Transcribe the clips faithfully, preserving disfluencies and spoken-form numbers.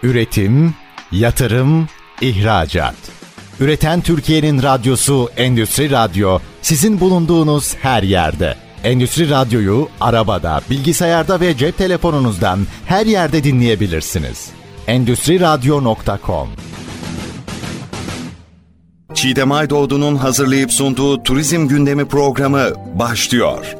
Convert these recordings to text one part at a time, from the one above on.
Üretim, yatırım, ihracat. Üreten Türkiye'nin radyosu Endüstri Radyo, sizin bulunduğunuz her yerde. Endüstri Radyo'yu arabada, bilgisayarda ve cep telefonunuzdan her yerde dinleyebilirsiniz. endüstri radyo nokta com. Çiğdem Aydoğdu'nun hazırlayıp sunduğu Turizm Gündemi programı başlıyor.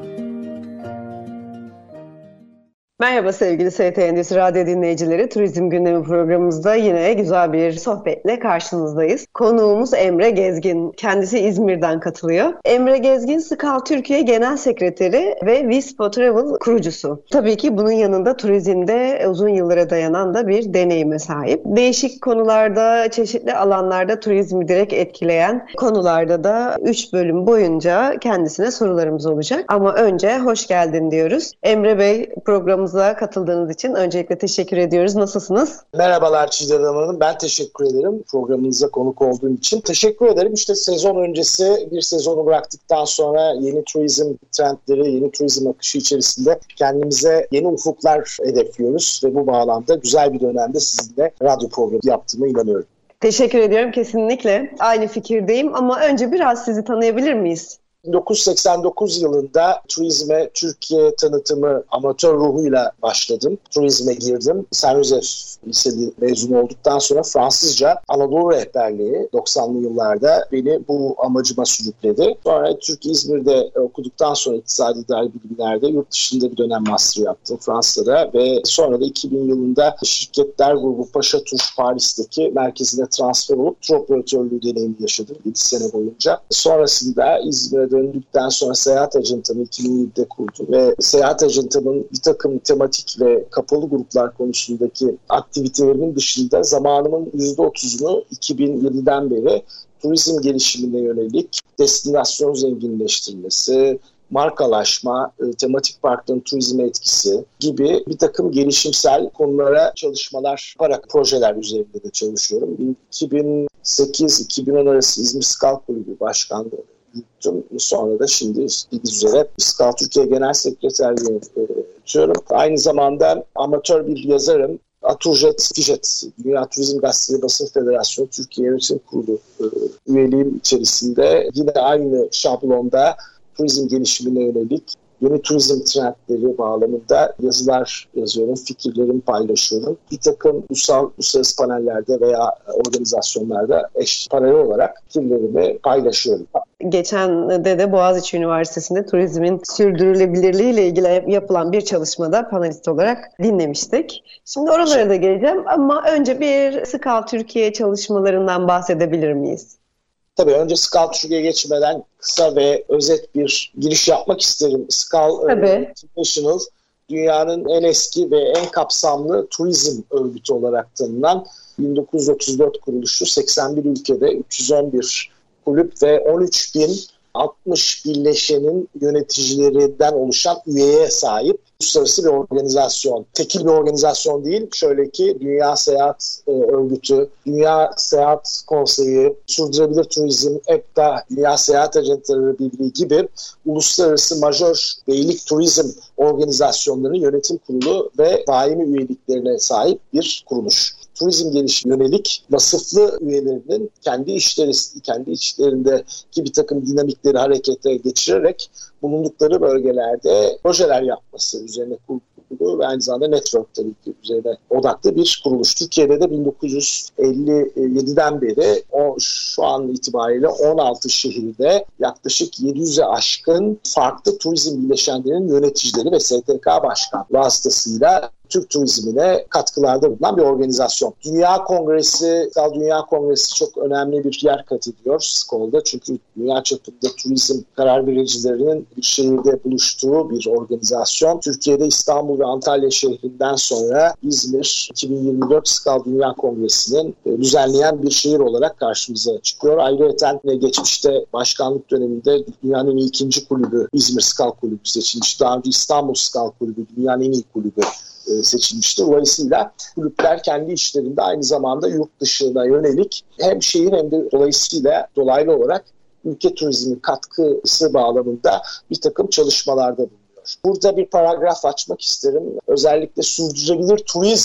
Merhaba sevgili S T Endüstri Radyo dinleyicileri. Turizm Gündemi programımızda yine güzel bir sohbetle karşınızdayız. Konuğumuz Emre Gezgin. Kendisi İzmir'den katılıyor. Emre Gezgin, Skal Türkiye Genel Sekreteri ve Vispo Travel kurucusu. Tabii ki bunun yanında turizmde uzun yıllara dayanan da bir deneyime sahip. Değişik konularda, çeşitli alanlarda turizmi direkt etkileyen konularda da üç bölüm boyunca kendisine sorularımız olacak. Ama önce hoş geldin diyoruz. Emre Bey, programımız katıldığınız için öncelikle teşekkür ediyoruz. Nasılsınız? Merhabalar Çiğdem Hanım. Ben teşekkür ederim programınıza konuk olduğum için. Teşekkür ederim. İşte sezon öncesi bir sezonu bıraktıktan sonra yeni turizm trendleri, yeni turizm akışı içerisinde kendimize yeni ufuklar hedefliyoruz ve bu bağlamda güzel bir dönemde sizinle radyo programı yaptığıma inanıyorum. Teşekkür ediyorum. Kesinlikle aynı fikirdeyim ama önce biraz sizi tanıyabilir miyiz? bin dokuz yüz seksen dokuz yılında turizme Türkiye tanıtımı amatör ruhuyla başladım. Turizme girdim. Saint Joseph Lisesi mezunu olduktan sonra Fransızca Anadolu rehberliği doksanlı yıllarda beni bu amacıma sürükledi. Sonra Türkiye İzmir'de okuduktan sonra iktisadi idari bilimlerde yurt dışında bir dönem master yaptım Fransa'da ve sonra da iki bin yılında şirketler grubu Paşa Tur Paris'teki merkezine transfer olup tur operatörlüğü deneyimi yaşadım yedi sene boyunca. Sonrasında İzmir'e döndükten sonra seyahat ajantımı iki bin yedide kurdum ve seyahat ajantımın bir takım tematik ve kapalı gruplar konusundaki aktivitelerimin dışında zamanımın yüzde otuzunu iki bin yediden beri turizm gelişimine yönelik destinasyon zenginleştirmesi, markalaşma, tematik parkların turizme etkisi gibi bir takım gelişimsel konulara çalışmalar yaparak projeler üzerinde de çalışıyorum. iki bin sekiz iki bin on arası İzmir Skal Kulübü Başkanlığı yürüttüm. Sonra da şimdi bildiğiniz üzere Skal Türkiye Genel Sekreterliği yürütüyorum. Aynı zamanda amatör bir yazarım. Aturjet, Fijet, Dünya Turizm Gazetesi Basın Federasyonu Türkiye Yönetim Kurulu üyeliğim içerisinde yine aynı şablonda turizm gelişimine yönelik yeni turizm trendleri bağlamında yazılar yazıyorum, fikirlerimi paylaşıyorum. Bir takım ulusal, uluslararası panellerde veya organizasyonlarda eş paralel olarak fikirlerimi paylaşıyorum. Geçen de de Boğaziçi Üniversitesi'nde turizmin sürdürülebilirliği ile ilgili yapılan bir çalışmada panelist olarak dinlemiştik. Şimdi oralara da geleceğim ama önce bir Skal Türkiye çalışmalarından bahsedebilir miyiz? Tabii önce Skal Türkiye'ye geçmeden kısa ve özet bir giriş yapmak isterim. Skal International dünyanın en eski ve en kapsamlı turizm örgütü olarak tanınan bin dokuz yüz otuz dört kuruluşu seksen bir ülkede üç yüz on bir kulüp ve on üç bin altmış birleşenin yöneticilerinden oluşan üyeye sahip uluslararası bir organizasyon. Tekil bir organizasyon değil. Şöyle ki Dünya Seyahat e, Örgütü, Dünya Seyahat Konseyi, Sürdürülebilir Turizm, E P T A, Dünya Seyahat Ajantaları Birliği gibi uluslararası majör beylik turizm organizasyonlarının yönetim kurulu ve daimi üyeliklerine sahip bir kuruluş. Turizm gelişimi yönelik vasıflı üyelerinin kendi işleri, kendi içlerindeki bir takım dinamikleri harekete geçirerek bulundukları bölgelerde projeler yapması üzerine kurulu ve aynı zamanda network tabii ki üzerine odaklı bir kuruluş. Türkiye'de de bin dokuz yüz elli yediden beri o şu an itibariyle on altı şehirde yaklaşık yedi yüze aşkın farklı turizm bileşenlerinin yöneticileri ve S T K başkanı vasıtasıyla Türk turizmine katkılarda bulunan bir organizasyon. Dünya Kongresi, Skal Dünya Kongresi çok önemli bir yer kat ediyor Skal'da. Çünkü dünya çapında turizm karar vericilerinin bir şehirde buluştuğu bir organizasyon. Türkiye'de İstanbul ve Antalya şehrinden sonra İzmir iki bin yirmi dört Skal Dünya Kongresi'nin düzenleyen bir şehir olarak karşımıza çıkıyor. Ayrıca geçmişte başkanlık döneminde dünyanın ikinci kulübü İzmir Skal Kulübü seçilmişti. Daha önce İstanbul Skal Kulübü dünyanın en iyi kulübü seçilmiştir. Dolayısıyla kulüpler kendi işlerinde aynı zamanda yurt dışına yönelik hem şehir hem de dolayısıyla dolaylı olarak ülke turizmi katkısı bağlamında bir takım çalışmalarda bulunuyor. Burada bir paragraf açmak isterim. Özellikle sürdürülebilir turizm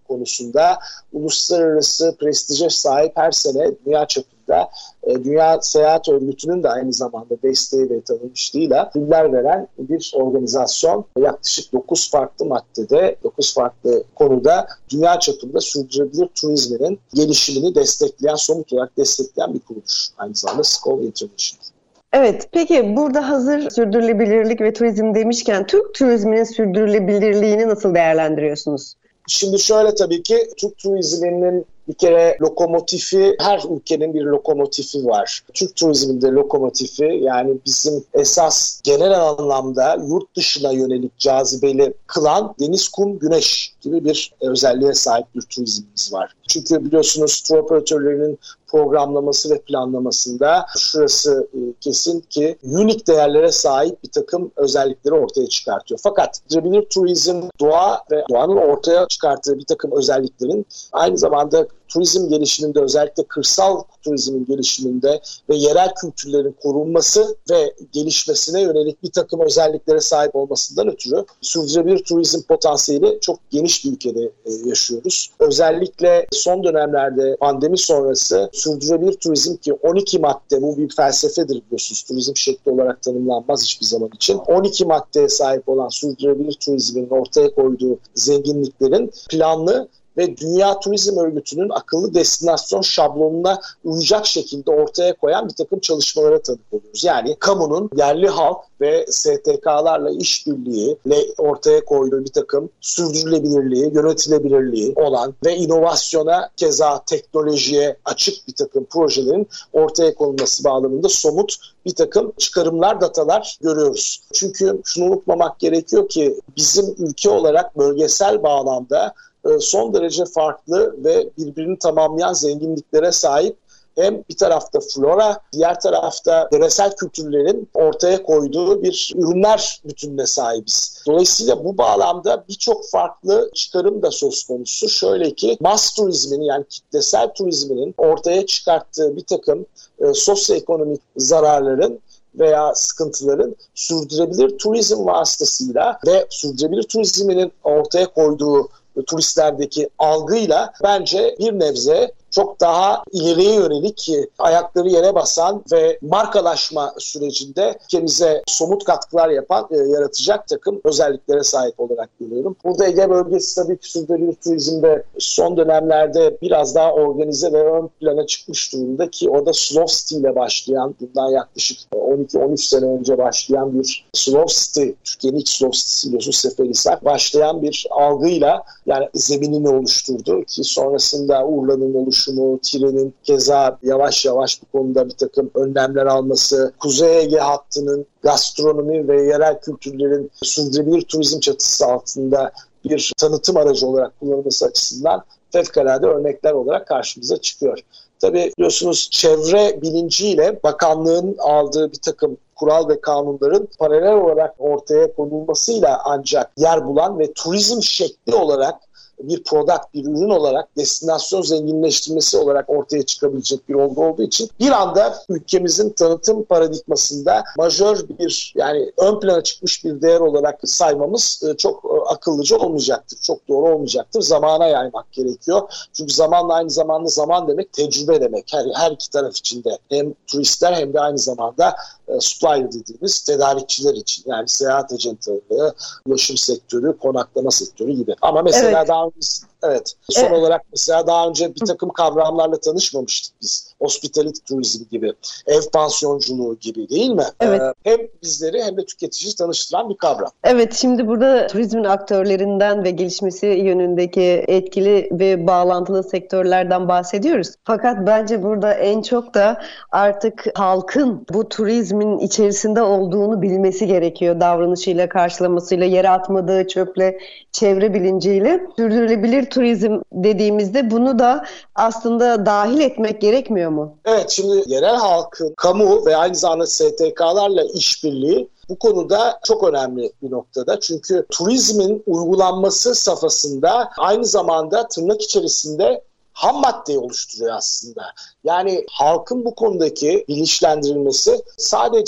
konusunda uluslararası prestije sahip her sene dünya çapında e, Dünya Seyahat Örgütü'nün de aynı zamanda desteği ve tanınmışlığıyla ödüller veren bir organizasyon. Yaklaşık dokuz farklı maddede, dokuz farklı konuda dünya çapında sürdürülebilir turizmin gelişimini destekleyen, somut olarak destekleyen bir kuruluş. Aynı zamanda Skoll International. Evet, peki burada hazır sürdürülebilirlik ve turizm demişken Türk turizminin sürdürülebilirliğini nasıl değerlendiriyorsunuz? Şimdi şöyle, tabii ki Türk turizminin bir kere lokomotifi, her ülkenin bir lokomotifi var. Türk turizminde lokomotifi, yani bizim esas genel anlamda yurt dışına yönelik cazibeli kılan deniz, kum, güneş gibi bir özelliğe sahip bir turizmimiz var. Çünkü biliyorsunuz tur operatörlerinin programlaması ve planlamasında şurası kesin ki unik değerlere sahip bir takım özellikleri ortaya çıkartıyor. Fakat sürdürülebilir turizm doğa ve doğanın ortaya çıkarttığı bir takım özelliklerin aynı zamanda turizm gelişiminde, özellikle kırsal turizmin gelişiminde ve yerel kültürlerin korunması ve gelişmesine yönelik bir takım özelliklere sahip olmasından ötürü sürdürülebilir turizm potansiyeli çok geniş bir ülkede yaşıyoruz. Özellikle son dönemlerde pandemi sonrası sürdürülebilir turizm, ki on iki madde, bu bir felsefedir biliyorsunuz, turizm şekli olarak tanımlanmaz hiçbir zaman için. on iki maddeye sahip olan sürdürülebilir turizmin ortaya koyduğu zenginliklerin planlı ve Dünya Turizm Örgütü'nün akıllı destinasyon şablonuna uyacak şekilde ortaya koyan bir takım çalışmalara tanık oluyoruz. Yani kamunun yerli halk ve S T K'larla işbirliğiyle ortaya koyduğu bir takım sürdürülebilirliği, yönetilebilirliği olan ve inovasyona, keza teknolojiye açık bir takım projelerin ortaya konulması bağlamında somut bir takım çıkarımlar, datalar görüyoruz. Çünkü şunu unutmamak gerekiyor ki bizim ülke olarak bölgesel bağlamda son derece farklı ve birbirini tamamlayan zenginliklere sahip, hem bir tarafta flora, diğer tarafta yöresel kültürlerin ortaya koyduğu bir ürünler bütününe sahibiz. Dolayısıyla bu bağlamda birçok farklı çıkarım da söz konusu. Şöyle ki, mass turizmin, yani kitlesel turizminin ortaya çıkarttığı bir takım e, sosyoekonomik zararların veya sıkıntıların sürdürülebilir turizm vasıtasıyla ve sürdürülebilir turizminin ortaya koyduğu turistlerdeki algıyla bence bir nebze çok daha ileriye yönelik, ayakları yere basan ve markalaşma sürecinde ülkemize somut katkılar yapan, e, yaratacak takım özelliklere sahip olarak görüyorum. Burada Ege bölgesi tabii ki sürdürülebilir turizmde son dönemlerde biraz daha organize ve ön plana çıkmış durumda, ki o da Slow City ile başlayan, bundan yaklaşık on iki on üç sene önce başlayan bir Slow City, Türkiye'nin ilk Slow City'si biliyorsunuz Seferihisar, başlayan bir algıyla yani zeminini oluşturdu, ki sonrasında Urla'nın oluşturduğu Tire'nin keza yavaş yavaş bu konuda bir takım önlemler alması, Kuzey Ege hattının gastronomi ve yerel kültürlerin sürdürülebilir turizm çatısı altında bir tanıtım aracı olarak kullanılması açısından fevkalade örnekler olarak karşımıza çıkıyor. Tabii biliyorsunuz çevre bilinciyle bakanlığın aldığı bir takım kural ve kanunların paralel olarak ortaya konulmasıyla ancak yer bulan ve turizm şekli olarak bir product, bir ürün olarak destinasyon zenginleştirmesi olarak ortaya çıkabilecek bir olgu olduğu için bir anda ülkemizin tanıtım paradigmasında majör bir, yani ön plana çıkmış bir değer olarak saymamız çok akıllıca olmayacaktır. Çok doğru olmayacaktır. Zamana yaymak gerekiyor. Çünkü zamanla aynı zamanda zaman demek tecrübe demek. Her, her iki taraf için de, hem turistler hem de aynı zamanda e, supplier dediğimiz tedarikçiler için, yani seyahat ajantaları, ulaşım sektörü, konaklama sektörü gibi. Ama mesela evet. daha Evet. Son evet. olarak mesela daha önce bir takım kavramlarla tanışmamıştık biz. Hospitality turizm gibi, ev pansiyonculuğu gibi, değil mi? Evet. Ee, hem bizleri hem de tüketiciyi tanıştıran bir kavram. Evet, şimdi burada turizmin aktörlerinden ve gelişmesi yönündeki etkili ve bağlantılı sektörlerden bahsediyoruz. Fakat bence burada en çok da artık halkın bu turizmin içerisinde olduğunu bilmesi gerekiyor. Davranışıyla, karşılamasıyla, yere atmadığı çöple, çevre bilinciyle. Sürdürülebilir turizm dediğimizde bunu da aslında dahil etmek gerekmiyor mu? Evet, şimdi yerel halkın, kamu ve aynı zamanda S T K'larla işbirliği bu konuda çok önemli bir noktada. Çünkü turizmin uygulanması safhasında aynı zamanda tırnak içerisinde ham maddeyi oluşturuyor aslında. Yani halkın bu konudaki bilinçlendirilmesi sadece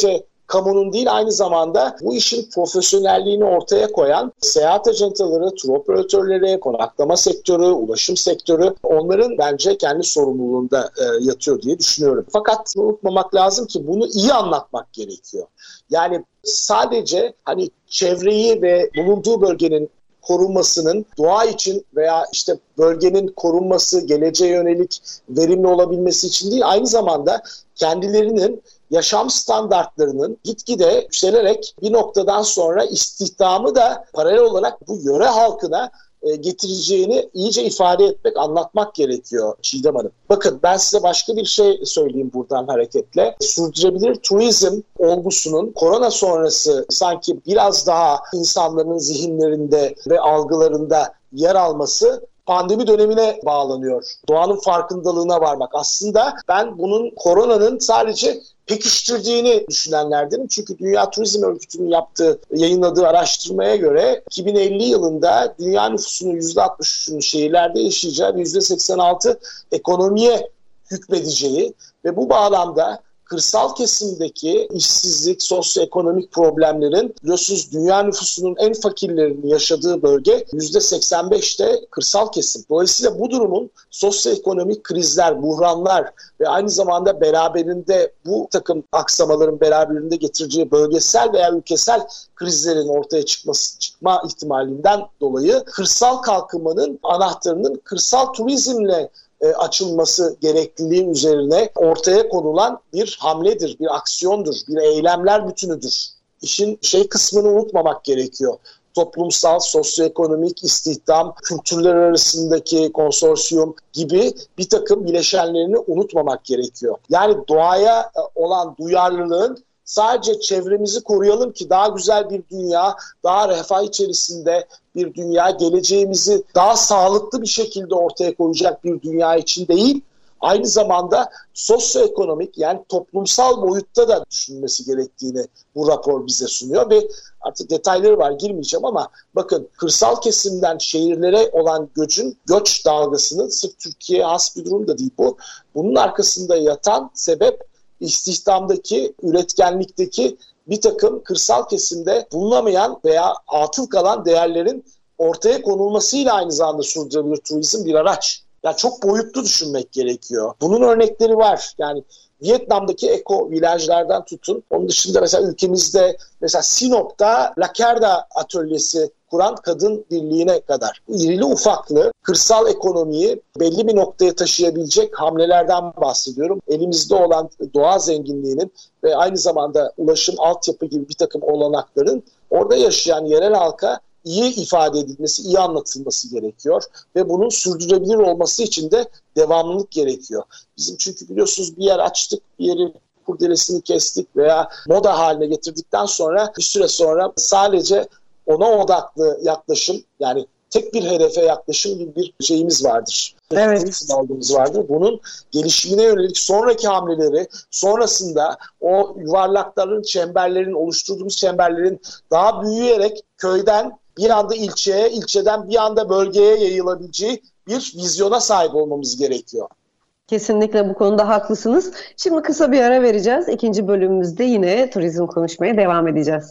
kamunun değil, aynı zamanda bu işin profesyonelliğini ortaya koyan seyahat ajantaları, tur operatörleri, konaklama sektörü, ulaşım sektörü, onların bence kendi sorumluluğunda e, yatıyor diye düşünüyorum. Fakat unutmamak lazım ki bunu iyi anlatmak gerekiyor. Yani sadece hani çevreyi ve bulunduğu bölgenin korunmasının doğa için veya işte bölgenin korunması, geleceğe yönelik verimli olabilmesi için değil, aynı zamanda kendilerinin yaşam standartlarının gitgide yükselerek bir noktadan sonra istihdamı da paralel olarak bu yöre halkına getireceğini iyice ifade etmek, anlatmak gerekiyor Çiğdem Hanım. Bakın ben size başka bir şey söyleyeyim buradan hareketle. Sürdürülebilir turizm olgusunun korona sonrası sanki biraz daha insanların zihinlerinde ve algılarında yer alması pandemi dönemine bağlanıyor. Doğanın farkındalığına varmak. Aslında ben bunun koronanın sadece pekiştirdiğini düşünenlerdenim. Çünkü Dünya Turizm Örgütü'nün yaptığı, yayınladığı araştırmaya göre iki bin elli yılında dünya nüfusunun yüzde altmış üçünün şehirlerde yaşayacağı ve yüzde seksen altı ekonomiye hükmedeceği ve bu bağlamda kırsal kesimdeki işsizlik, sosyoekonomik problemlerin, biliyorsunuz dünya nüfusunun en fakirlerinin yaşadığı bölge yüzde seksen beşte kırsal kesim. Dolayısıyla bu durumun sosyoekonomik krizler, buhranlar ve aynı zamanda beraberinde bu takım aksamaların beraberinde getireceği bölgesel veya ülkesel krizlerin ortaya çıkması çıkma ihtimalinden dolayı kırsal kalkınmanın anahtarının kırsal turizmle açılması gerekliliği üzerine ortaya konulan bir hamledir, bir aksiyondur, bir eylemler bütünüdür. İşin şey kısmını unutmamak gerekiyor. Toplumsal, sosyoekonomik, istihdam, kültürler arasındaki konsorsiyum gibi bir takım bileşenlerini unutmamak gerekiyor. Yani doğaya olan duyarlılığın sadece çevremizi koruyalım ki daha güzel bir dünya, daha refah içerisinde bir dünya, geleceğimizi daha sağlıklı bir şekilde ortaya koyacak bir dünya için değil, aynı zamanda sosyoekonomik yani toplumsal boyutta da düşünmesi gerektiğini bu rapor bize sunuyor ve artık detayları var, girmeyeceğim ama bakın kırsal kesimden şehirlere olan göçün, göç dalgasının sırf Türkiye'ye has bir durum da değil bu. Bunun arkasında yatan sebep istihdamdaki, üretkenlikteki bir takım kırsal kesimde bulunamayan veya atıl kalan değerlerin ortaya konulmasıyla aynı zamanda sürdürülebilir turizm bir araç. Yani çok boyutlu düşünmek gerekiyor. Bunun örnekleri var. Yani Vietnam'daki eko vilajlardan tutun. Onun dışında mesela ülkemizde mesela Sinop'ta Lakerda atölyesi kuran kadın birliğine kadar. İrili ufaklı kırsal ekonomiyi belli bir noktaya taşıyabilecek hamlelerden bahsediyorum. Elimizde olan doğa zenginliğinin ve aynı zamanda ulaşım, altyapı gibi bir takım olanakların orada yaşayan yerel halka iyi ifade edilmesi, iyi anlatılması gerekiyor ve bunun sürdürülebilir olması için de devamlılık gerekiyor. Bizim çünkü biliyorsunuz bir yer açtık, bir yeri kurdelesini kestik veya moda haline getirdikten sonra bir süre sonra sadece ona odaklı yaklaşım, yani tek bir hedefe yaklaşım gibi bir şeyimiz vardır. Evet. Algımız vardır. Bunun gelişimine yönelik sonraki hamleleri, sonrasında o yuvarlakların, çemberlerin, oluşturduğumuz çemberlerin daha büyüyerek köyden bir anda ilçeye, ilçeden bir anda bölgeye yayılabileceği bir vizyona sahip olmamız gerekiyor. Kesinlikle bu konuda haklısınız. Şimdi kısa bir ara vereceğiz. İkinci bölümümüzde yine turizm konuşmaya devam edeceğiz.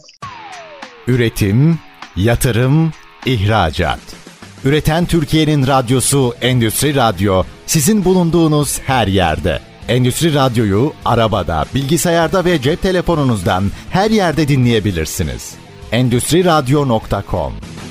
Üretim, yatırım, ihracat. Üreten Türkiye'nin radyosu Endüstri Radyo, sizin bulunduğunuz her yerde. Endüstri Radyo'yu arabada, bilgisayarda ve cep telefonunuzdan her yerde dinleyebilirsiniz. endüstri radyo nokta com.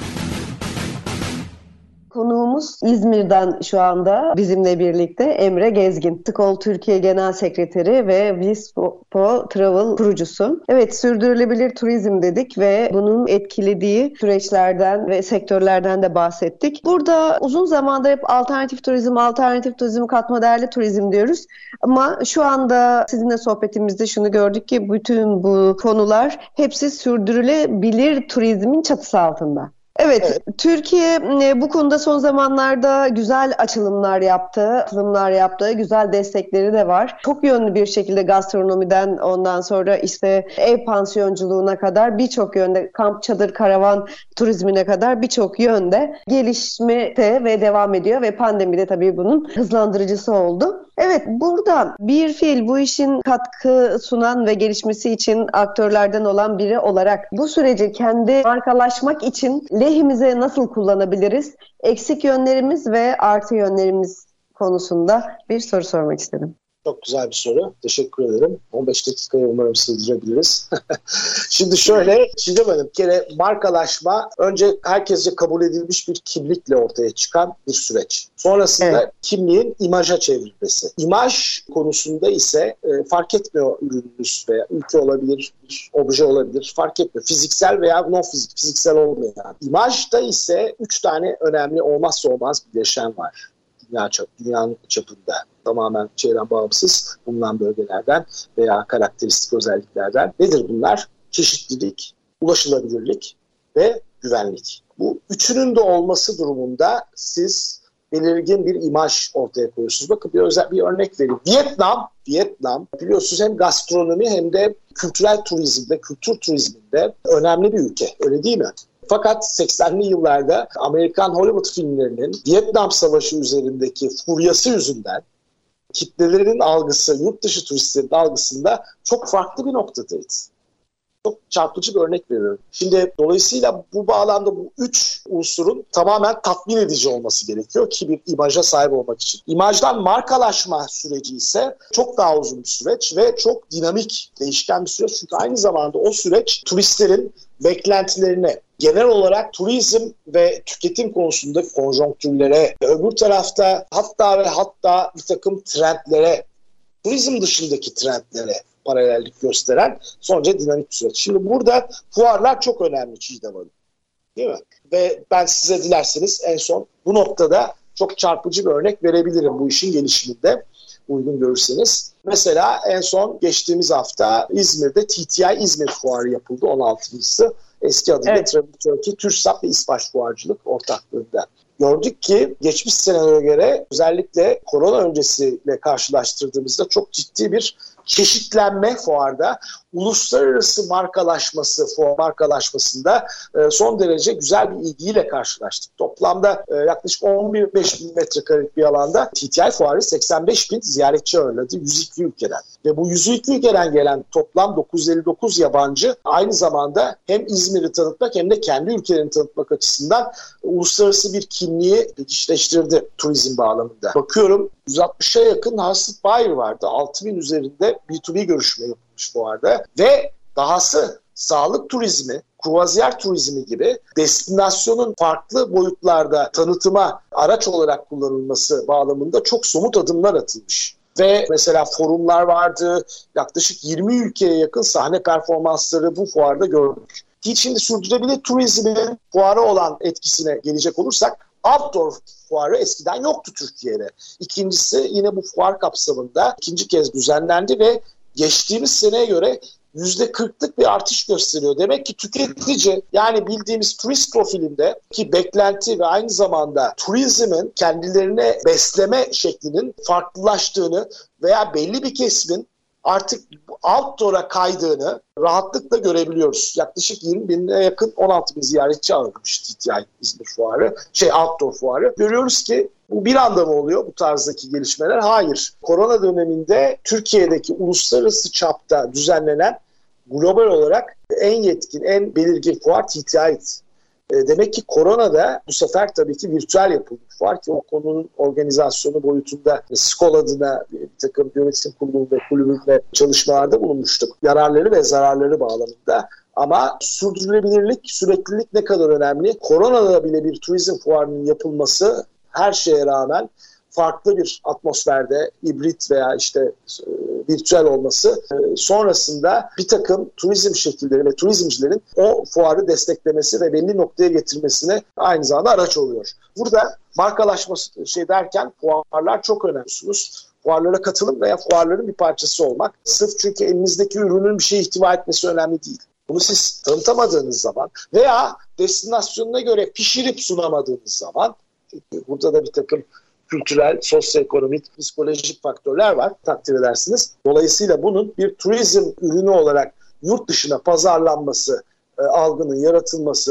Konuğumuz İzmir'den şu anda bizimle birlikte Emre Gezgin. Skol Türkiye Genel Sekreteri ve Vispo Travel kurucusu. Evet, sürdürülebilir turizm dedik ve bunun etkilediği süreçlerden ve sektörlerden de bahsettik. Burada uzun zamandır hep alternatif turizm, alternatif turizm, katma değerli turizm diyoruz. Ama şu anda sizinle sohbetimizde şunu gördük ki bütün bu konular hepsi sürdürülebilir turizmin çatısı altında. Evet, evet, Türkiye bu konuda son zamanlarda güzel açılımlar yaptı, açılımlar yaptı, güzel destekleri de var. Çok yönlü bir şekilde gastronomiden ondan sonra işte ev pansiyonculuğuna kadar birçok yönde, kamp, çadır, karavan turizmine kadar birçok yönde gelişmekte ve devam ediyor ve pandemide tabii bunun hızlandırıcısı oldu. Evet. Evet, burada bir fiil bu işin katkı sunan ve gelişmesi için aktörlerden olan biri olarak bu süreci kendi markalaşmak için lehimize nasıl kullanabiliriz? Eksik yönlerimiz ve artı yönlerimiz konusunda bir soru sormak istedim. Çok güzel bir soru. Teşekkür ederim. on beş dakikaya umarım sığdırabiliriz. Şimdi şöyle, Çiğdem Hanım, bir kere markalaşma önce herkesce kabul edilmiş bir kimlikle ortaya çıkan bir süreç. Sonrasında evet. kimliğin imaja çevrilmesi. İmaj konusunda ise e, fark etmiyor ürününüz veya ülke olabilir, bir obje olabilir, fark etmiyor. Fiziksel veya non fizik, fiziksel olmayan. İmajda ise üç tane önemli olmazsa olmaz bileşen var. Dünya çap, dünyanın çapında tamamen çevreden bağımsız bulunan bölgelerden veya karakteristik özelliklerden. Nedir bunlar? Çeşitlilik, ulaşılabilirlik ve güvenlik. Bu üçünün de olması durumunda siz belirgin bir imaj ortaya koyuyorsunuz. Bakın bir özel bir örnek vereyim. Vietnam, Vietnam biliyorsunuz hem gastronomi hem de kültürel turizmde, kültür turizminde önemli bir ülke. Öyle değil mi? Fakat seksenli yıllarda Amerikan Hollywood filmlerinin Vietnam Savaşı üzerindeki furyası yüzünden kitlelerin algısı, yurt dışı turistlerin algısında çok farklı bir noktadaydı. Çok çarpıcı bir örnek veriyorum. Şimdi dolayısıyla bu bağlamda bu üç unsurun tamamen tatmin edici olması gerekiyor ki bir imaja sahip olmak için. İmajdan markalaşma süreci ise çok daha uzun bir süreç ve çok dinamik, değişken bir süreç. Çünkü aynı zamanda o süreç turistlerin beklentilerine, genel olarak turizm ve tüketim konusunda konjonktürlere, öbür tarafta hatta ve hatta bir takım trendlere, turizm dışındaki trendlere paralellik gösteren sonuçta dinamik bir süreç. Şimdi burada fuarlar çok önemli Çiğdem Hanım. Değil mi? Ve ben size dilerseniz en son bu noktada çok çarpıcı bir örnek verebilirim bu işin gelişiminde. Uygun görürseniz. Mesela en son geçtiğimiz hafta İzmir'de T T I İzmir Fuarı yapıldı on altıncısı. Eski adıyla evet. Travel Turkey, TÜRSAP ve İSPAŞ Fuarcılık ortaklığında. Gördük ki geçmiş senelere göre özellikle korona öncesiyle karşılaştırdığımızda çok ciddi bir çeşitlenme fuarda, uluslararası markalaşması, fuar markalaşmasında son derece güzel bir ilgiyle karşılaştık. Toplamda yaklaşık on beş bin metrekarelik bir alanda T T I fuarı seksen beş bin ziyaretçi ağırladı yüz iki ülkeden. Ve bu yüz iki ülkeden gelen toplam dokuz yüz elli dokuz yabancı aynı zamanda hem İzmir'i tanıtmak hem de kendi ülkelerini tanıtmak açısından uluslararası bir kimliği pekişleştirdi turizm bağlamında. Bakıyorum yüz altmışa yakın household buyer vardı. altı bin üzerinde B iki B görüşme yapılmış fuarda ve dahası sağlık turizmi, kruvaziyer turizmi gibi destinasyonun farklı boyutlarda tanıtıma araç olarak kullanılması bağlamında çok somut adımlar atılmış. Ve mesela forumlar vardı, yaklaşık yirmi ülkeye yakın sahne performansları bu fuarda gördük. Ki şimdi sürdürülebilir turizmin fuara olan etkisine gelecek olursak, outdoor fuarı eskiden yoktu Türkiye'de. İkincisi yine bu fuar kapsamında ikinci kez düzenlendi ve geçtiğimiz seneye göre yüzde kırklık bir artış gösteriyor. Demek ki tüketici yani bildiğimiz turist profilinde ki beklenti ve aynı zamanda turizmin kendilerine besleme şeklinin farklılaştığını veya belli bir kesimin artık outdoor'a kaydığını rahatlıkla görebiliyoruz. Yaklaşık yirmi bine yakın on altı bin ziyaretçi ağırlamış T T I İzmir Fuarı, şey outdoor fuarı. Görüyoruz ki bu bir anda mı oluyor bu tarzdaki gelişmeler? Hayır. Korona döneminde Türkiye'deki uluslararası çapta düzenlenen global olarak en yetkin, en belirgin fuar T T I'ydi. Demek ki koronada bu sefer tabii ki virtüel yapıldı fuar ki o konunun organizasyonu boyutunda SKOL adına bir takım yönetim kurulu ve kulübünde çalışmalarda bulunmuştuk. Yararları ve zararları bağlamında. Ama sürdürülebilirlik, süreklilik ne kadar önemli? Koronada bile bir turizm fuarının yapılması her şeye rağmen farklı bir atmosferde, hibrit veya işte e, virtüel olması e, sonrasında bir takım turizm şekilleri ve turizmcilerin o fuarı desteklemesi ve belli noktaya getirmesine aynı zamanda araç oluyor. Burada markalaşma şey derken fuarlar çok önemliyorsunuz. Fuarlara katılım veya fuarların bir parçası olmak. Sırf çünkü elinizdeki ürünün bir şeye ihtiva etmesi önemli değil. Bunu siz tanıtamadığınız zaman veya destinasyonuna göre pişirip sunamadığınız zaman, çünkü burada da bir takım kültürel, sosyoekonomik, psikolojik faktörler var, takdir edersiniz. Dolayısıyla bunun bir turizm ürünü olarak yurt dışına pazarlanması, e, algının yaratılması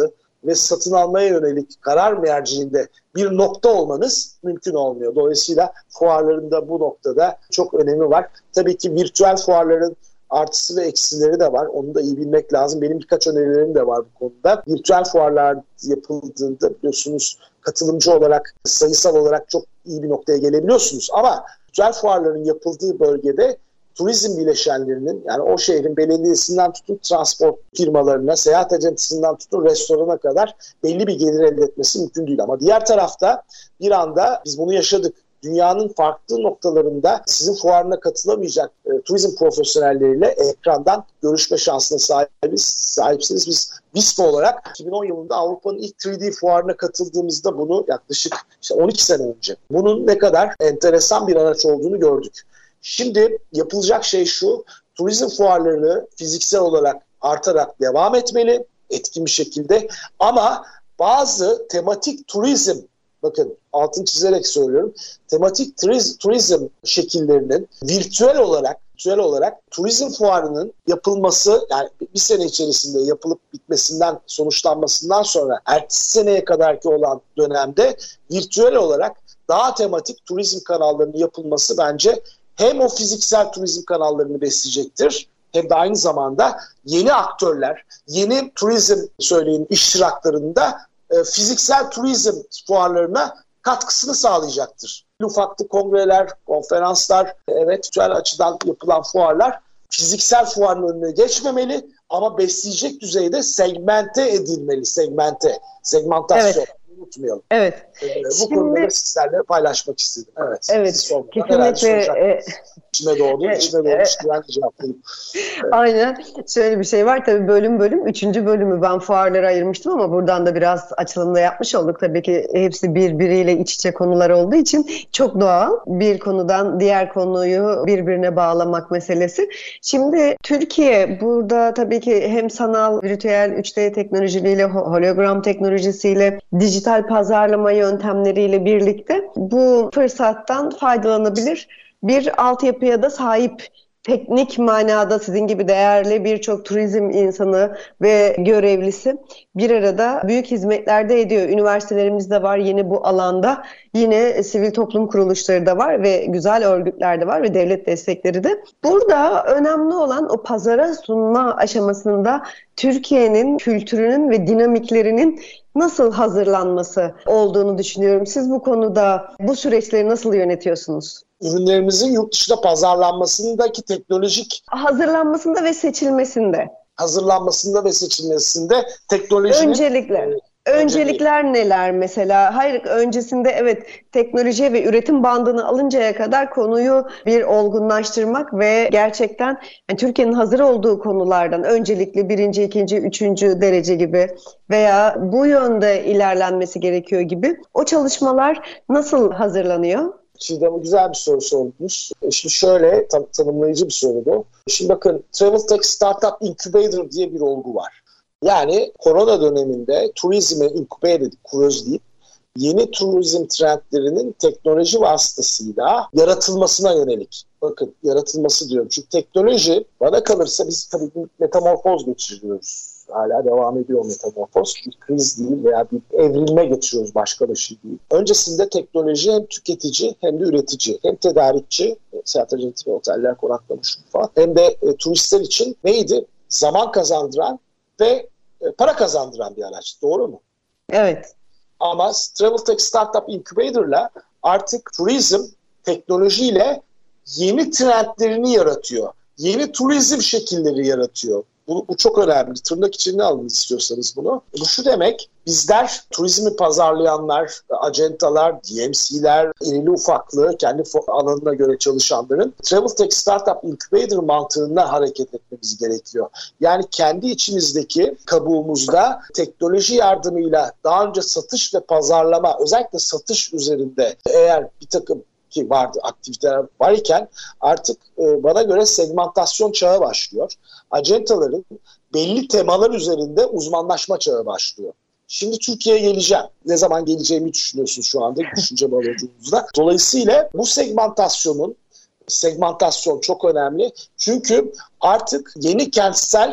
ve satın almaya yönelik karar merciinde bir nokta olmanız mümkün olmuyor. Dolayısıyla fuarların da bu noktada çok önemi var. Tabii ki virtüel fuarların artısı ve eksileri de var. Onu da iyi bilmek lazım. Benim birkaç önerilerim de var bu konuda. Virtüel fuarlar yapıldığında biliyorsunuz katılımcı olarak, sayısal olarak çok iyi bir noktaya gelebiliyorsunuz. Ama virtüel fuarların yapıldığı bölgede turizm bileşenlerinin, yani o şehrin belediyesinden tutun transport firmalarına, seyahat ajansından tutun restorana kadar belli bir gelir elde etmesi mümkün değil. Ama diğer tarafta bir anda biz bunu yaşadık. Dünyanın farklı noktalarında sizin fuarına katılamayacak e, turizm profesyonelleriyle ekrandan görüşme şansına sahibiz, sahipsiniz. Biz Vispa olarak iki bin on yılında Avrupa'nın ilk üç D fuarına katıldığımızda bunu yaklaşık işte on iki sene önce bunun ne kadar enteresan bir araç olduğunu gördük. Şimdi yapılacak şey şu, turizm fuarlarını fiziksel olarak artarak devam etmeli, etkin bir şekilde, ama bazı tematik turizm, bakın altını çizerek söylüyorum, tematik turiz, turizm şekillerinin virtüel olarak virtüel olarak turizm fuarının yapılması, yani bir sene içerisinde yapılıp bitmesinden, sonuçlanmasından sonra ertesi seneye kadarki olan dönemde virtüel olarak daha tematik turizm kanallarının yapılması bence hem o fiziksel turizm kanallarını besleyecektir, hem de aynı zamanda yeni aktörler, yeni turizm söyleyin iştiraklarında e, fiziksel turizm fuarlarına katkısını sağlayacaktır. Ufaklı kongreler, konferanslar, evet virtüel açıdan yapılan fuarlar fiziksel fuarın önüne geçmemeli ama besleyecek düzeyde segmente edilmeli, segmente, segmentasyon. Evet. Unutmayalım. Evet. Ee, bu Şimdi, konuda sizlerle paylaşmak istedim. Evet. Evet. Kesinlikle. İçime doğdu. Evet, içime doğmuş. Evet. Ben de cevaplayayım. Evet. Aynen. Şöyle bir şey var. Tabii bölüm bölüm. Üçüncü bölümü ben fuarlara ayırmıştım ama buradan da biraz açılımda yapmış olduk. Tabii ki hepsi birbiriyle iç içe konular olduğu için çok doğal. Bir konudan diğer konuyu birbirine bağlamak meselesi. Şimdi Türkiye burada tabii ki hem sanal, virtüel, üç D teknolojileriyle, hologram teknolojisiyle, dijital pazarlama yöntemleriyle birlikte bu fırsattan faydalanabilir bir altyapıya da sahip, teknik manada sizin gibi değerli birçok turizm insanı ve görevlisi bir arada büyük hizmetler de ediyor. Üniversitelerimiz de var yine bu alanda. Yine sivil toplum kuruluşları da var ve güzel örgütler de var ve devlet destekleri de. Burada önemli olan o pazara sunma aşamasında Türkiye'nin kültürünün ve dinamiklerinin nasıl hazırlanması olduğunu düşünüyorum. Siz bu konuda bu süreçleri nasıl yönetiyorsunuz? Ürünlerimizin yurt dışında pazarlanmasındaki teknolojik... Hazırlanmasında ve seçilmesinde. Hazırlanmasında ve seçilmesinde teknolojinin... Öncelikle. Öncelikler neler mesela? Hayır, öncesinde evet teknoloji ve üretim bandını alıncaya kadar konuyu bir olgunlaştırmak ve gerçekten yani Türkiye'nin hazır olduğu konulardan öncelikli birinci, ikinci, üçüncü derece gibi veya bu yönde ilerlenmesi gerekiyor gibi o çalışmalar nasıl hazırlanıyor? Çiğdem güzel bir soru sormuş. Şimdi şöyle tam, tanımlayıcı bir soru bu. Şimdi bakın Travel Tech Startup Incubator diye bir olgu var. Yani korona döneminde turizme inkübe edip, kurözleyip yeni turizm trendlerinin teknoloji vasıtasıyla yaratılmasına yönelik. Bakın yaratılması diyorum. Çünkü teknoloji bana kalırsa biz tabii bir metamorfoz geçiriyoruz. Hala devam ediyor metamorfoz. Bir kriz değil veya bir evrilme geçiriyoruz, başka bir şey değil. Öncesinde teknoloji hem tüketici hem de üretici, hem tedarikçi, seyahat ajansı ve oteller konaklamış falan, hem de e, turistler için neydi? Zaman kazandıran ve e, para kazandıran bir araç. Doğru mu? Evet. Ama Travel Tech Startup Incubator'la artık turizm teknolojiyle yeni trendlerini yaratıyor. Yeni turizm şekilleri yaratıyor. Bu, bu çok önemli. Tırnak içine alın istiyorsanız bunu. Bu şu demek, bizler turizmi pazarlayanlar, acentalar, D M C'ler, irili ufaklı, kendi alanına göre çalışanların Travel Tech Startup Incubator mantığında hareket etmemiz gerekiyor. Yani kendi içimizdeki kabuğumuzda teknoloji yardımıyla daha önce satış ve pazarlama, özellikle satış üzerinde eğer bir takım ki vardı aktiviteler var iken artık e, bana göre segmentasyon çağı başlıyor. Acentaların belli temalar üzerinde uzmanlaşma çağı başlıyor. Şimdi Türkiye'ye geleceğim. Ne zaman geleceğimi düşünüyorsun şu anda düşünce baloncuğumuzda. Dolayısıyla bu segmentasyonun segmentasyon çok önemli. Çünkü artık yeni kentsel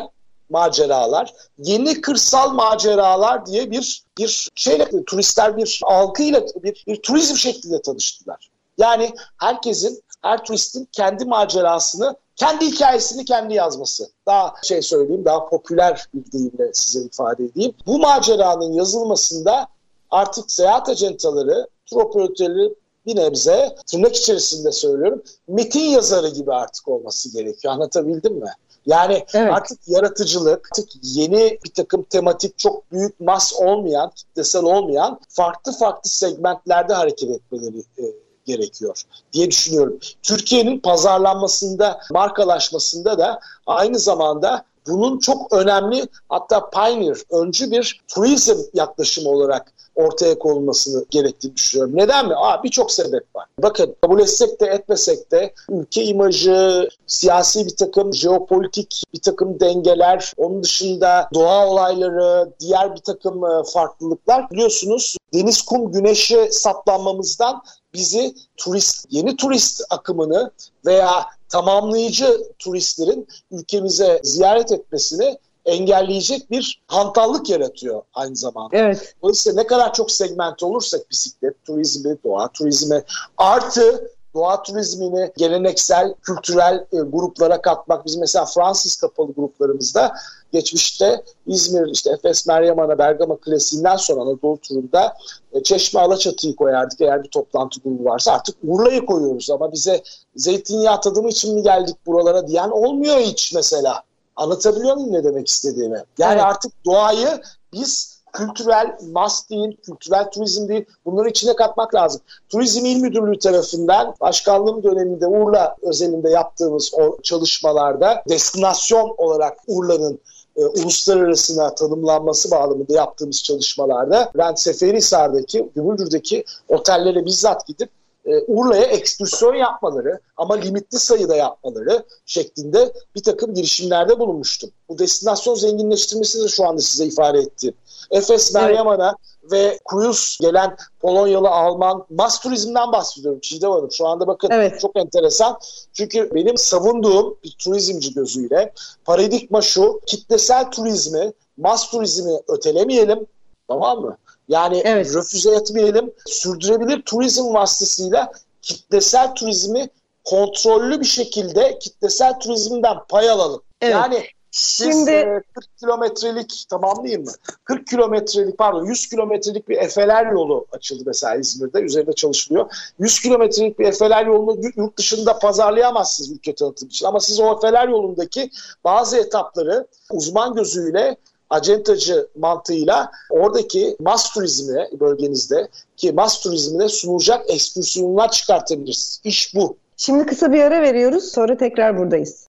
maceralar, yeni kırsal maceralar diye bir bir şeyle turistler bir algıyla bir, bir turizm şekliyle tanıştılar. Yani herkesin, her turistin kendi macerasını, kendi hikayesini kendi yazması. Daha şey söyleyeyim, daha popüler bir deyimle size ifade edeyim. Bu maceranın yazılmasında artık seyahat ajantaları, tur operatörleri bir nebze, tırnak içerisinde söylüyorum, metin yazarı gibi artık olması gerekiyor. Anlatabildim mi? Yani evet. Artık yaratıcılık, artık yeni bir takım tematik, çok büyük mas olmayan, kitlesel olmayan farklı farklı segmentlerde hareket etmeleri e, gerekiyor diye düşünüyorum. Türkiye'nin pazarlanmasında, markalaşmasında da aynı zamanda bunun çok önemli, hatta pioneer, öncü bir turizm yaklaşımı olarak ortaya konulmasını gerektiğini düşünüyorum. Neden mi? Aa, birçok sebep var. Bakın, kabul etsek de etmesek de ülke imajı, siyasi bir takım, jeopolitik bir takım dengeler, onun dışında doğa olayları, diğer bir takım farklılıklar, biliyorsunuz deniz, kum, güneşe saplanmamızdan bizi turist, yeni turist akımını veya tamamlayıcı turistlerin ülkemize ziyaret etmesini engelleyecek bir hantallık yaratıyor aynı zamanda. Evet. Dolayısıyla ne kadar çok segment olursak bisiklet turizmi, doğa turizmi artı doğa turizmini geleneksel, kültürel e, gruplara katmak. Biz mesela Fransız kapalı gruplarımızda geçmişte İzmir, işte Efes, Meryem Ana, Bergama klasiğinden sonra Anadolu turunda e, Çeşme, Alaçatı'yı koyardık. Eğer bir toplantı grubu varsa artık Urla'yı koyuyoruz ama bize zeytinyağı tadımı için mi geldik buralara diyen olmuyor hiç mesela. Anlatabiliyor muyum ne demek istediğimi? Yani evet. Artık doğayı biz kültürel, mas değil, kültürel turizm değil, bunları içine katmak lazım. Turizm İl Müdürlüğü tarafından başkanlığım döneminde Urla özelinde yaptığımız o çalışmalarda destinasyon olarak Urla'nın e, uluslararasına tanımlanması bağlamında yaptığımız çalışmalarda ben Seferihisar'daki, Gümüldür'deki otellere bizzat gidip Urla'ya ekskürsiyon yapmaları ama limitli sayıda yapmaları şeklinde bir takım girişimlerde bulunmuştum. Bu destinasyon zenginleştirmesi de şu anda size ifade ettiğim. Efes, Meryem Ana ve Kruz gelen Polonyalı, Alman, mas turizmden bahsediyorum Çiğdem Hanım. Şu anda bakın evet. Çok enteresan. Çünkü benim savunduğum bir turizmci gözüyle paradigma şu: kitlesel turizmi, mas turizmi ötelemeyelim, tamam mı? Yani evet. Refüze etmeyelim, sürdürülebilir turizm vasıtasıyla kitlesel turizmi kontrollü bir şekilde kitlesel turizmden pay alalım. Evet. Yani siz Şimdi... e, kırk kilometrelik, tamamlayayım mı? kırk kilometrelik pardon yüz kilometrelik bir Efeler yolu açıldı mesela İzmir'de. Üzerinde çalışılıyor. yüz kilometrelik bir Efeler yolunu yurt dışında pazarlayamazsınız ülke tanıtım için. Ama siz o Efeler yolundaki bazı etapları uzman gözüyle, acentacı mantığıyla oradaki mas turizmi bölgenizde ki mas turizmine sunulacak ekskursiyonlar çıkartabilirsiniz. İş bu. Şimdi kısa bir ara veriyoruz, sonra tekrar buradayız.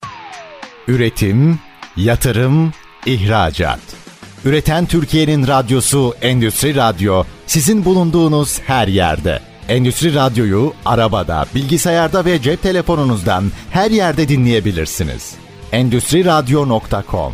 Üretim, yatırım, ihracat. Üreten Türkiye'nin radyosu Endüstri Radyo, sizin bulunduğunuz her yerde. Endüstri Radyo'yu arabada, bilgisayarda ve cep telefonunuzdan her yerde dinleyebilirsiniz. endüstri radyo nokta com.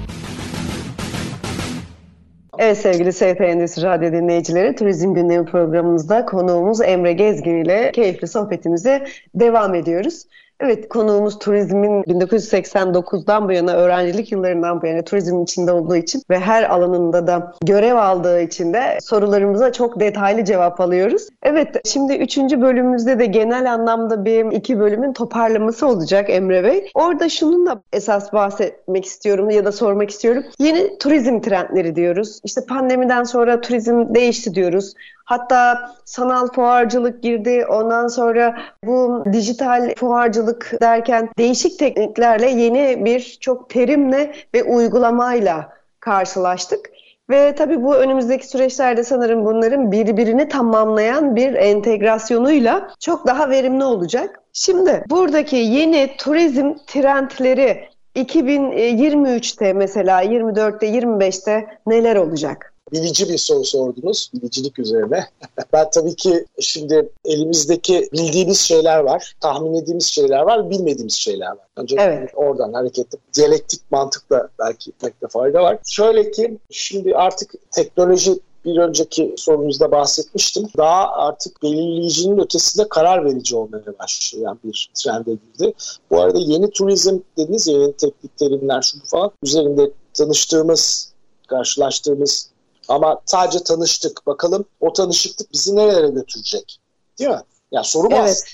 Evet sevgili S T Endüstri Radyo dinleyicileri, Turizm Gündemi programımızda konuğumuz Emre Gezgin ile keyifli sohbetimize devam ediyoruz. Evet, konuğumuz turizmin bin dokuz yüz seksen dokuzdan bu yana, öğrencilik yıllarından bu yana turizmin içinde olduğu için ve her alanında da görev aldığı için de sorularımıza çok detaylı cevap alıyoruz. Evet, şimdi üçüncü bölümümüzde de genel anlamda bir iki bölümün toparlaması olacak Emre Bey. Orada şununla esas bahsetmek istiyorum ya da sormak istiyorum. Yeni turizm trendleri diyoruz. İşte pandemiden sonra turizm değişti diyoruz. Hatta sanal fuarcılık girdi. Ondan sonra bu dijital fuarcılık derken değişik tekniklerle yeni bir çok terimle ve uygulamayla karşılaştık. Ve tabii bu önümüzdeki süreçlerde sanırım bunların birbirini tamamlayan bir entegrasyonuyla çok daha verimli olacak. Şimdi buradaki yeni turizm trendleri iki bin yirmi üçte mesela yirmi dörtte yirmi beşte neler olacak? Bilici bir soru sordunuz, bilicilik üzerine. Ben tabii ki şimdi elimizdeki bildiğimiz şeyler var, tahmin ettiğimiz şeyler var, bilmediğimiz şeyler var. Önce evet. Oradan hareketli, diyalektik mantıkla belki gitmekte fayda var. Şöyle ki, şimdi artık teknoloji, bir önceki sorunuzda bahsetmiştim, daha artık belirleyicinin ötesinde karar verici olmaya başlayan bir trende girdi. Bu arada yeni turizm dediniz ya, yeni teknik terimler şu falan üzerinde tanıştığımız, karşılaştığımız ama sadece tanıştık. Bakalım o tanışıklık bizi nerelere götürecek? Değil mi? Yani soru evet. bas.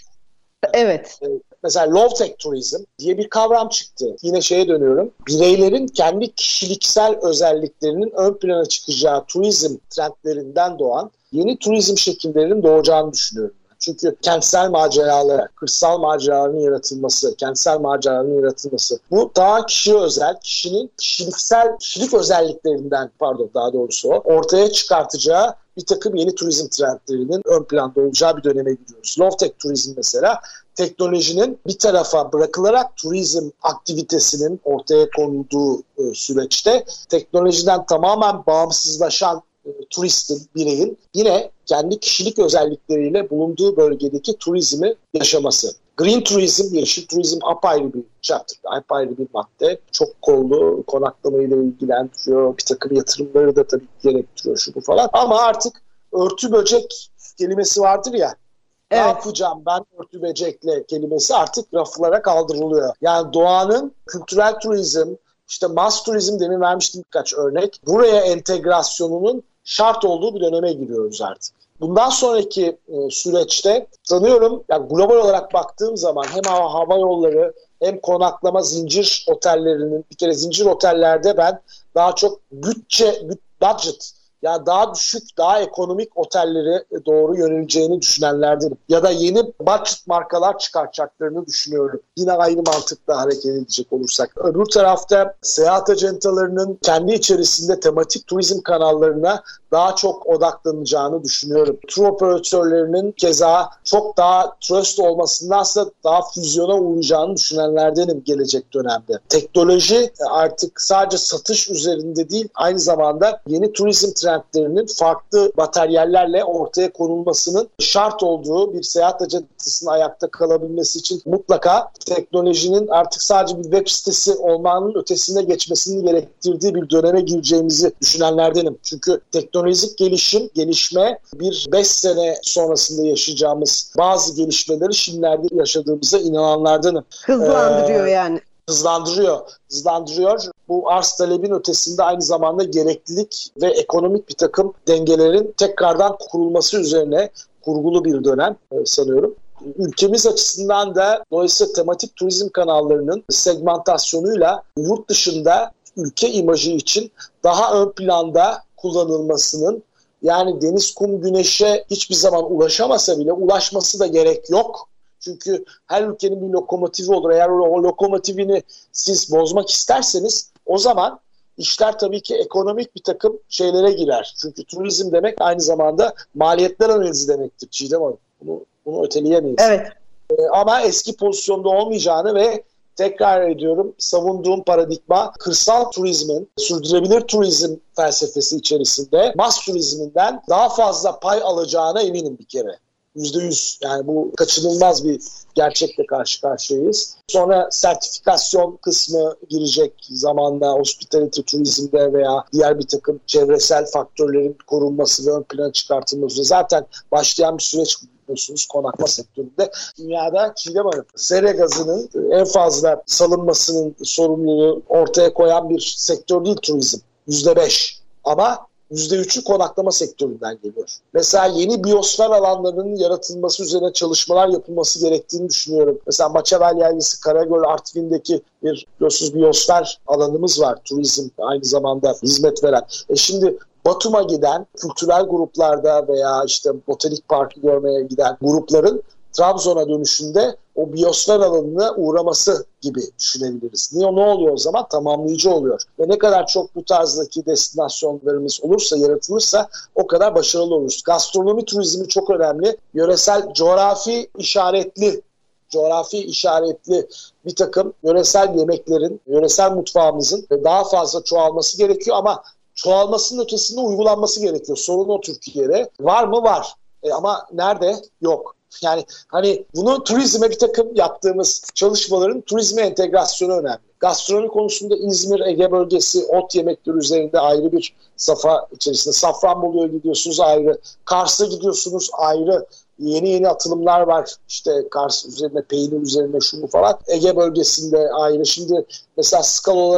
Evet. Mesela low tech turizm diye bir kavram çıktı. Yine şeye dönüyorum. Bireylerin kendi kişiliksel özelliklerinin ön plana çıkacağı turizm trendlerinden doğan yeni turizm şekillerinin doğacağını düşünüyorum. Çünkü kentsel maceralara, kırsal maceraların yaratılması, kentsel maceraların yaratılması bu daha kişiye özel, kişinin kişiliksel, kişilik özelliklerinden pardon daha doğrusu o, ortaya çıkartacağı bir takım yeni turizm trendlerinin ön planda olacağı bir döneme giriyoruz. Low tech turizm mesela teknolojinin bir tarafa bırakılarak turizm aktivitesinin ortaya konulduğu e, süreçte teknolojiden tamamen bağımsızlaşan e, turistin, bireyin yine kendi kişilik özellikleriyle bulunduğu bölgedeki turizmi yaşaması. Green turizm, yeşil turizm apayrı bir chapter, apayrı bir madde. Çok kollu, konaklamayla ilgilendiriyor, bir takım yatırımları da tabii gerektiriyor şu bu falan. Ama artık örtü böcek kelimesi vardır ya, evet. Ne yapacağım ben örtü böcekle kelimesi artık raflara kaldırılıyor. Yani doğanın kültürel turizm, işte mass turizm demin vermiştim birkaç örnek. Buraya entegrasyonunun şart olduğu bir döneme giriyoruz artık. Bundan sonraki e, süreçte sanıyorum yani global olarak baktığım zaman hem hava, hava yolları hem konaklama zincir otellerinin bir kere zincir otellerde ben daha çok bütçe, budget yani daha düşük, daha ekonomik otellere doğru yöneleceğini düşünenlerdenim. Ya da yeni budget markalar çıkartacaklarını düşünüyorum. Yine aynı mantıkla hareket edecek olursak. Öbür tarafta seyahat ajantalarının kendi içerisinde tematik turizm kanallarına daha çok odaklanacağını düşünüyorum. Tur operatörlerinin keza çok daha trust olmasındansa daha füzyona uğrayacağını düşünenlerdenim gelecek dönemde. Teknoloji artık sadece satış üzerinde değil, aynı zamanda yeni turizm trendlerinin farklı materyallerle ortaya konulmasının şart olduğu bir seyahat ajantasının ayakta kalabilmesi için mutlaka teknolojinin artık sadece bir web sitesi olmanın ötesine geçmesini gerektirdiği bir döneme gireceğimizi düşünenlerdenim. Çünkü teknolojik gelişim, gelişme bir beş sene sonrasında yaşayacağımız bazı gelişmeleri şimdilerde yaşadığımıza inananlardanım. Hızlandırıyor ee, yani. Hızlandırıyor, hızlandırıyor. Bu arz talebin ötesinde aynı zamanda gereklilik ve ekonomik bir takım dengelerin tekrardan kurulması üzerine kurgulu bir dönem sanıyorum. Ülkemiz açısından da dolayısıyla tematik turizm kanallarının segmentasyonuyla yurt dışında ülke imajı için daha ön planda kullanılmasının yani deniz, kum, güneşe hiçbir zaman ulaşamasa bile ulaşması da gerek yok. Çünkü her ülkenin bir lokomotivi olur. Eğer o lokomotivini siz bozmak isterseniz o zaman işler tabii ki ekonomik bir takım şeylere girer. Çünkü turizm demek aynı zamanda maliyetler analizi demektir Çiğdem Hanım. Bunu, bunu öteleyemeyiz. Evet. Ee, ama eski pozisyonda olmayacağını ve tekrar ediyorum savunduğum paradigma kırsal turizmin, sürdürülebilir turizm felsefesi içerisinde mass turizminden daha fazla pay alacağına eminim bir kere. yüzde yüz yani bu kaçınılmaz bir gerçekle karşı karşıyayız. Sonra sertifikasyon kısmı girecek zamanla hospitality turizmde veya diğer bir takım çevresel faktörlerin korunması ve ön plana çıkartılması. Zaten başlayan bir süreç biliyorsunuz konaklama sektöründe. Dünyada Çiğdem Hanım, sera gazının en fazla salınmasının sorumluluğu ortaya koyan bir sektör değil turizm. yüzde beş ama yüzde üçü konaklama sektöründen geliyor. Mesela yeni biyosfer alanlarının yaratılması üzerine çalışmalar yapılması gerektiğini düşünüyorum. Mesela Maçavel Yaylası, Karagöl, Artvin'deki bir biliyorsunuz biyosfer alanımız var. Turizm aynı zamanda hizmet veren. E şimdi Batum'a giden kültürel gruplarda veya işte Botanik Park'ı görmeye giden grupların Trabzon'a dönüşünde o biyosfer alanına uğraması gibi düşünebiliriz. Niye, ne oluyor o zaman? Tamamlayıcı oluyor. Ve ne kadar çok bu tarzdaki destinasyonlarımız olursa, yaratılırsa o kadar başarılı oluruz. Gastronomi turizmi çok önemli. Yöresel, coğrafi işaretli, coğrafi işaretli bir takım yöresel yemeklerin, yöresel mutfağımızın daha fazla çoğalması gerekiyor ama çoğalmasının ötesinde uygulanması gerekiyor. Sorun o Türkiye'de. Var mı? Var. E ama nerede? Yok. Yani hani bunu turizme bir takım yaptığımız çalışmaların turizme entegrasyonu önemli. Gastronomi konusunda İzmir, Ege bölgesi, ot yemekleri üzerinde ayrı bir safa içerisinde. Safranbolu'ya gidiyorsunuz ayrı, Kars'a gidiyorsunuz ayrı. Yeni yeni atılımlar var. İşte Kars üzerine, peynir üzerine şunu falan. Ege bölgesinde ayrı. Şimdi mesela skala olarak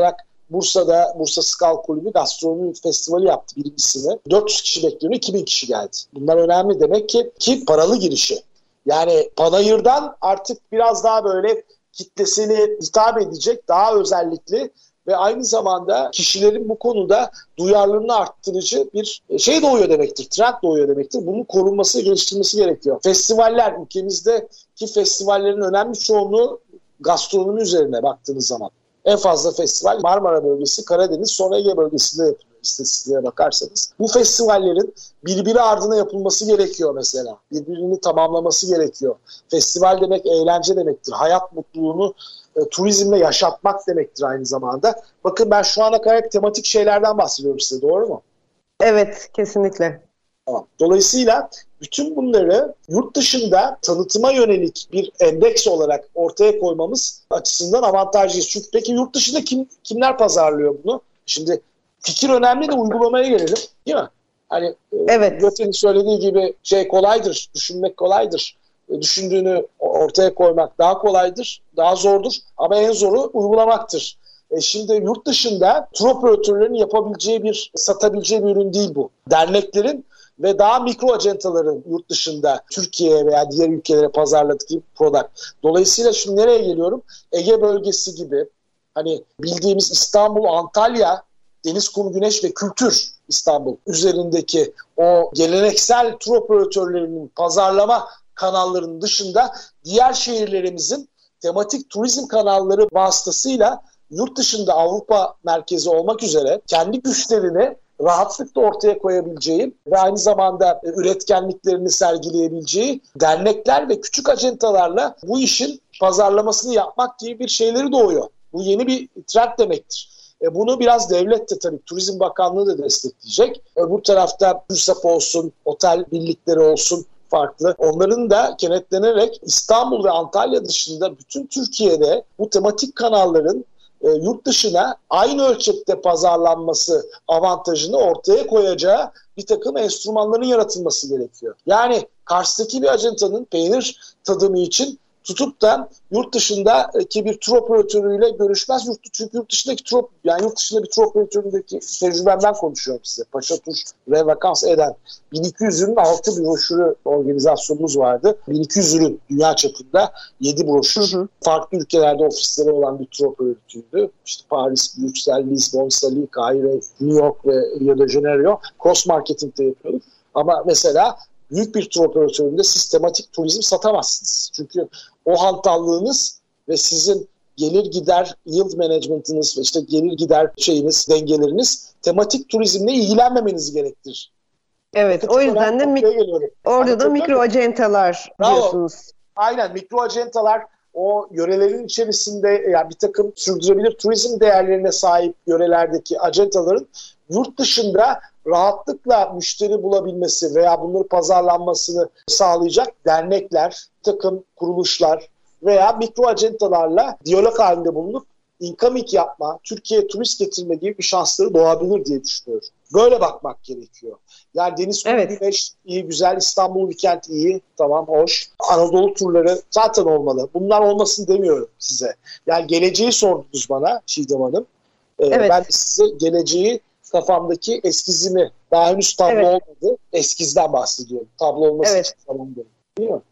Bursa'da Bursa Skal Kulübü gastronomi festivali yaptı birincisini. dört yüz kişi bekleniyor, iki bin kişi geldi. Bunlar önemli demek ki ki paralı girişi. Yani panayırdan artık biraz daha böyle kitlesini hitap edecek, daha özellikli ve aynı zamanda kişilerin bu konuda duyarlılığını arttırıcı bir şey doğuyor demektir, trend doğuyor demektir. Bunun korunması, geliştirilmesi gerekiyor. Festivaller, ülkemizdeki festivallerin önemli çoğunluğu gastronomi üzerine baktığınız zaman. En fazla festival Marmara bölgesi, Karadeniz, sonra Ege bölgesinde yapılıyor istatistiklere bakarsanız. Bu festivallerin birbiri ardına yapılması gerekiyor mesela. Birbirini tamamlaması gerekiyor. Festival demek eğlence demektir. Hayat mutluluğunu e, turizmle yaşatmak demektir aynı zamanda. Bakın ben şu ana kadar tematik şeylerden bahsediyorum size, doğru mu? Evet, kesinlikle. Tamam. Dolayısıyla bütün bunları yurt dışında tanıtıma yönelik bir endeks olarak ortaya koymamız açısından avantajlıyız. Çünkü peki yurt dışında kim, kimler pazarlıyor bunu? Şimdi fikir önemli de uygulamaya gelelim, değil mi? Hani evet. Göte'nin söylediği gibi şey kolaydır, düşünmek kolaydır. Düşündüğünü ortaya koymak daha kolaydır, daha zordur ama en zoru uygulamaktır. E şimdi yurt dışında tur operatörlerinin yapabileceği bir, satabileceği bir ürün değil bu. Derneklerin ve daha mikro acentaların yurt dışında Türkiye'ye veya diğer ülkelere pazarladığı product. Dolayısıyla şimdi nereye geliyorum? Ege bölgesi gibi hani bildiğimiz İstanbul, Antalya, deniz, kum, güneş ve kültür İstanbul üzerindeki o geleneksel tur operatörlerinin pazarlama kanallarının dışında diğer şehirlerimizin tematik turizm kanalları vasıtasıyla yurt dışında Avrupa merkezi olmak üzere kendi güçlerini rahatlıkla ortaya koyabileceği ve aynı zamanda üretkenliklerini sergileyebileceği dernekler ve küçük acentalarla bu işin pazarlamasını yapmak gibi bir şeyleri doğuyor. Bu yeni bir trend demektir. E bunu biraz devlet de tabii Turizm Bakanlığı da destekleyecek. Öbür tarafta TÜRSAP olsun, otel birlikleri olsun farklı. Onların da kenetlenerek İstanbul ve Antalya dışında bütün Türkiye'de bu tematik kanalların e, yurt dışına aynı ölçekte pazarlanması avantajını ortaya koyacağı bir takım enstrümanların yaratılması gerekiyor. Yani Kars'taki bir ajantanın peynir tadımı için tutup da yurt dışındaki bir tur operatörüyle görüşmez. Yurt, çünkü yurt dışındaki tur, yani yurt dışında bir tur operatöründeki tecrübemden konuşuyorum size. Paşa Tur ve Vakans Eden. bin iki yüz ürün altı broşürü organizasyonumuz vardı. bin iki yüz ürün dünya çapında yedi broşür. Hı hı. Farklı ülkelerde ofisleri olan bir tur operatörüydü. İşte Paris, Brüksel, Lisbon, Salih, Kahire, New York ve Rio de Janeiro. Cross marketing de yapıyorduk. Ama mesela büyük bir tur operatöründe sistematik turizm satamazsınız. Çünkü o hantallığınız ve sizin gelir gider yield management'ınız ve işte gelir gider şeyiniz, dengeleriniz tematik turizmle ilgilenmemenizi gerektirir. Evet, Fakat o yüzden de mik- orada da mikro acentalar diyorsunuz. Aynen, mikro acentalar o yörelerin içerisinde yani bir takım sürdürülebilir turizm değerlerine sahip yörelerdeki acentaların yurt dışında rahatlıkla müşteri bulabilmesi veya bunları pazarlanmasını sağlayacak dernekler, takım kuruluşlar veya mikro acentalarla diyalog halinde bulunup incoming yapma, Türkiye'ye turist getirme gibi bir şansları doğabilir diye düşünüyorum. Böyle bakmak gerekiyor. Yani deniz, kum, evet. Güneş iyi, güzel, İstanbul Weekend iyi, tamam, hoş. Anadolu turları zaten olmalı. Bunlar olmasın demiyorum size. Yani geleceği sordunuz bana Çiğdem Hanım. Ee, evet. Ben size geleceği kafamdaki eskizimi, daha henüz tablo evet. olmadı. Eskizden bahsediyorum. Tablo olması evet. için zaman değil. Değil mi?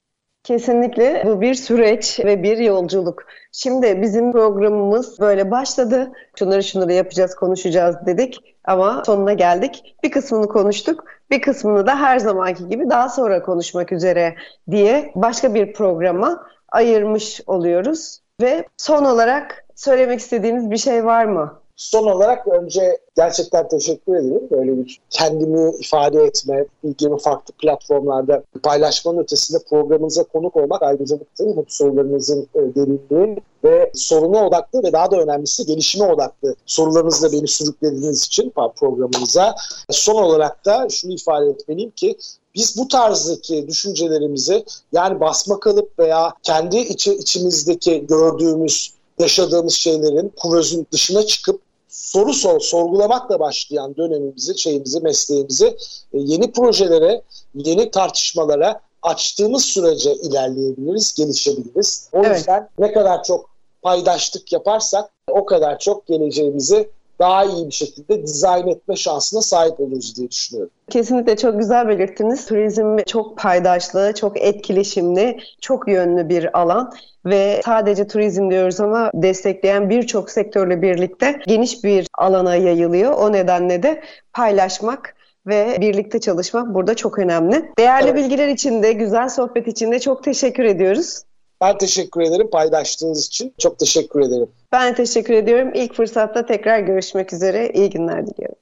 Kesinlikle bu bir süreç ve bir yolculuk. Şimdi bizim programımız böyle başladı. Şunları şunları yapacağız, konuşacağız dedik ama sonuna geldik. Bir kısmını konuştuk, bir kısmını da her zamanki gibi daha sonra konuşmak üzere diye başka bir programa ayırmış oluyoruz. Ve son olarak söylemek istediğiniz bir şey var mı? Son olarak önce gerçekten teşekkür ederim. Böyle bir kendimi ifade etme, bilgimi farklı platformlarda paylaşmanın ötesinde programınıza konuk olmak ayrıcalıktır. Bu sorularınızın derinliği ve soruna odaklı ve daha da önemlisi gelişime odaklı sorularınızla beni sürüklediğiniz için programınıza. Son olarak da şunu ifade etmeliyim ki biz bu tarzdaki düşüncelerimizi yani basma kalıp veya kendi içi, içimizdeki gördüğümüz, yaşadığımız şeylerin kuvözün dışına çıkıp soru sor, sorgulamakla başlayan dönemimizi, şeyimizi, mesleğimizi yeni projelere, yeni tartışmalara açtığımız sürece ilerleyebiliriz, gelişebiliriz. O evet. yüzden ne kadar çok paydaşlık yaparsak o kadar çok geleceğimizi daha iyi bir şekilde dizayn etme şansına sahip oluruz diye düşünüyorum. Kesinlikle çok güzel belirttiniz. Turizm çok paydaşlı, çok etkileşimli, çok yönlü bir alan ve sadece turizm diyoruz ama destekleyen birçok sektörle birlikte geniş bir alana yayılıyor. O nedenle de paylaşmak ve birlikte çalışmak burada çok önemli. Değerli evet. bilgiler için de, güzel sohbet için de çok teşekkür ediyoruz. Ben teşekkür ederim paylaştığınız için. Çok teşekkür ederim. Ben teşekkür ediyorum. İlk fırsatta tekrar görüşmek üzere. İyi günler diliyorum.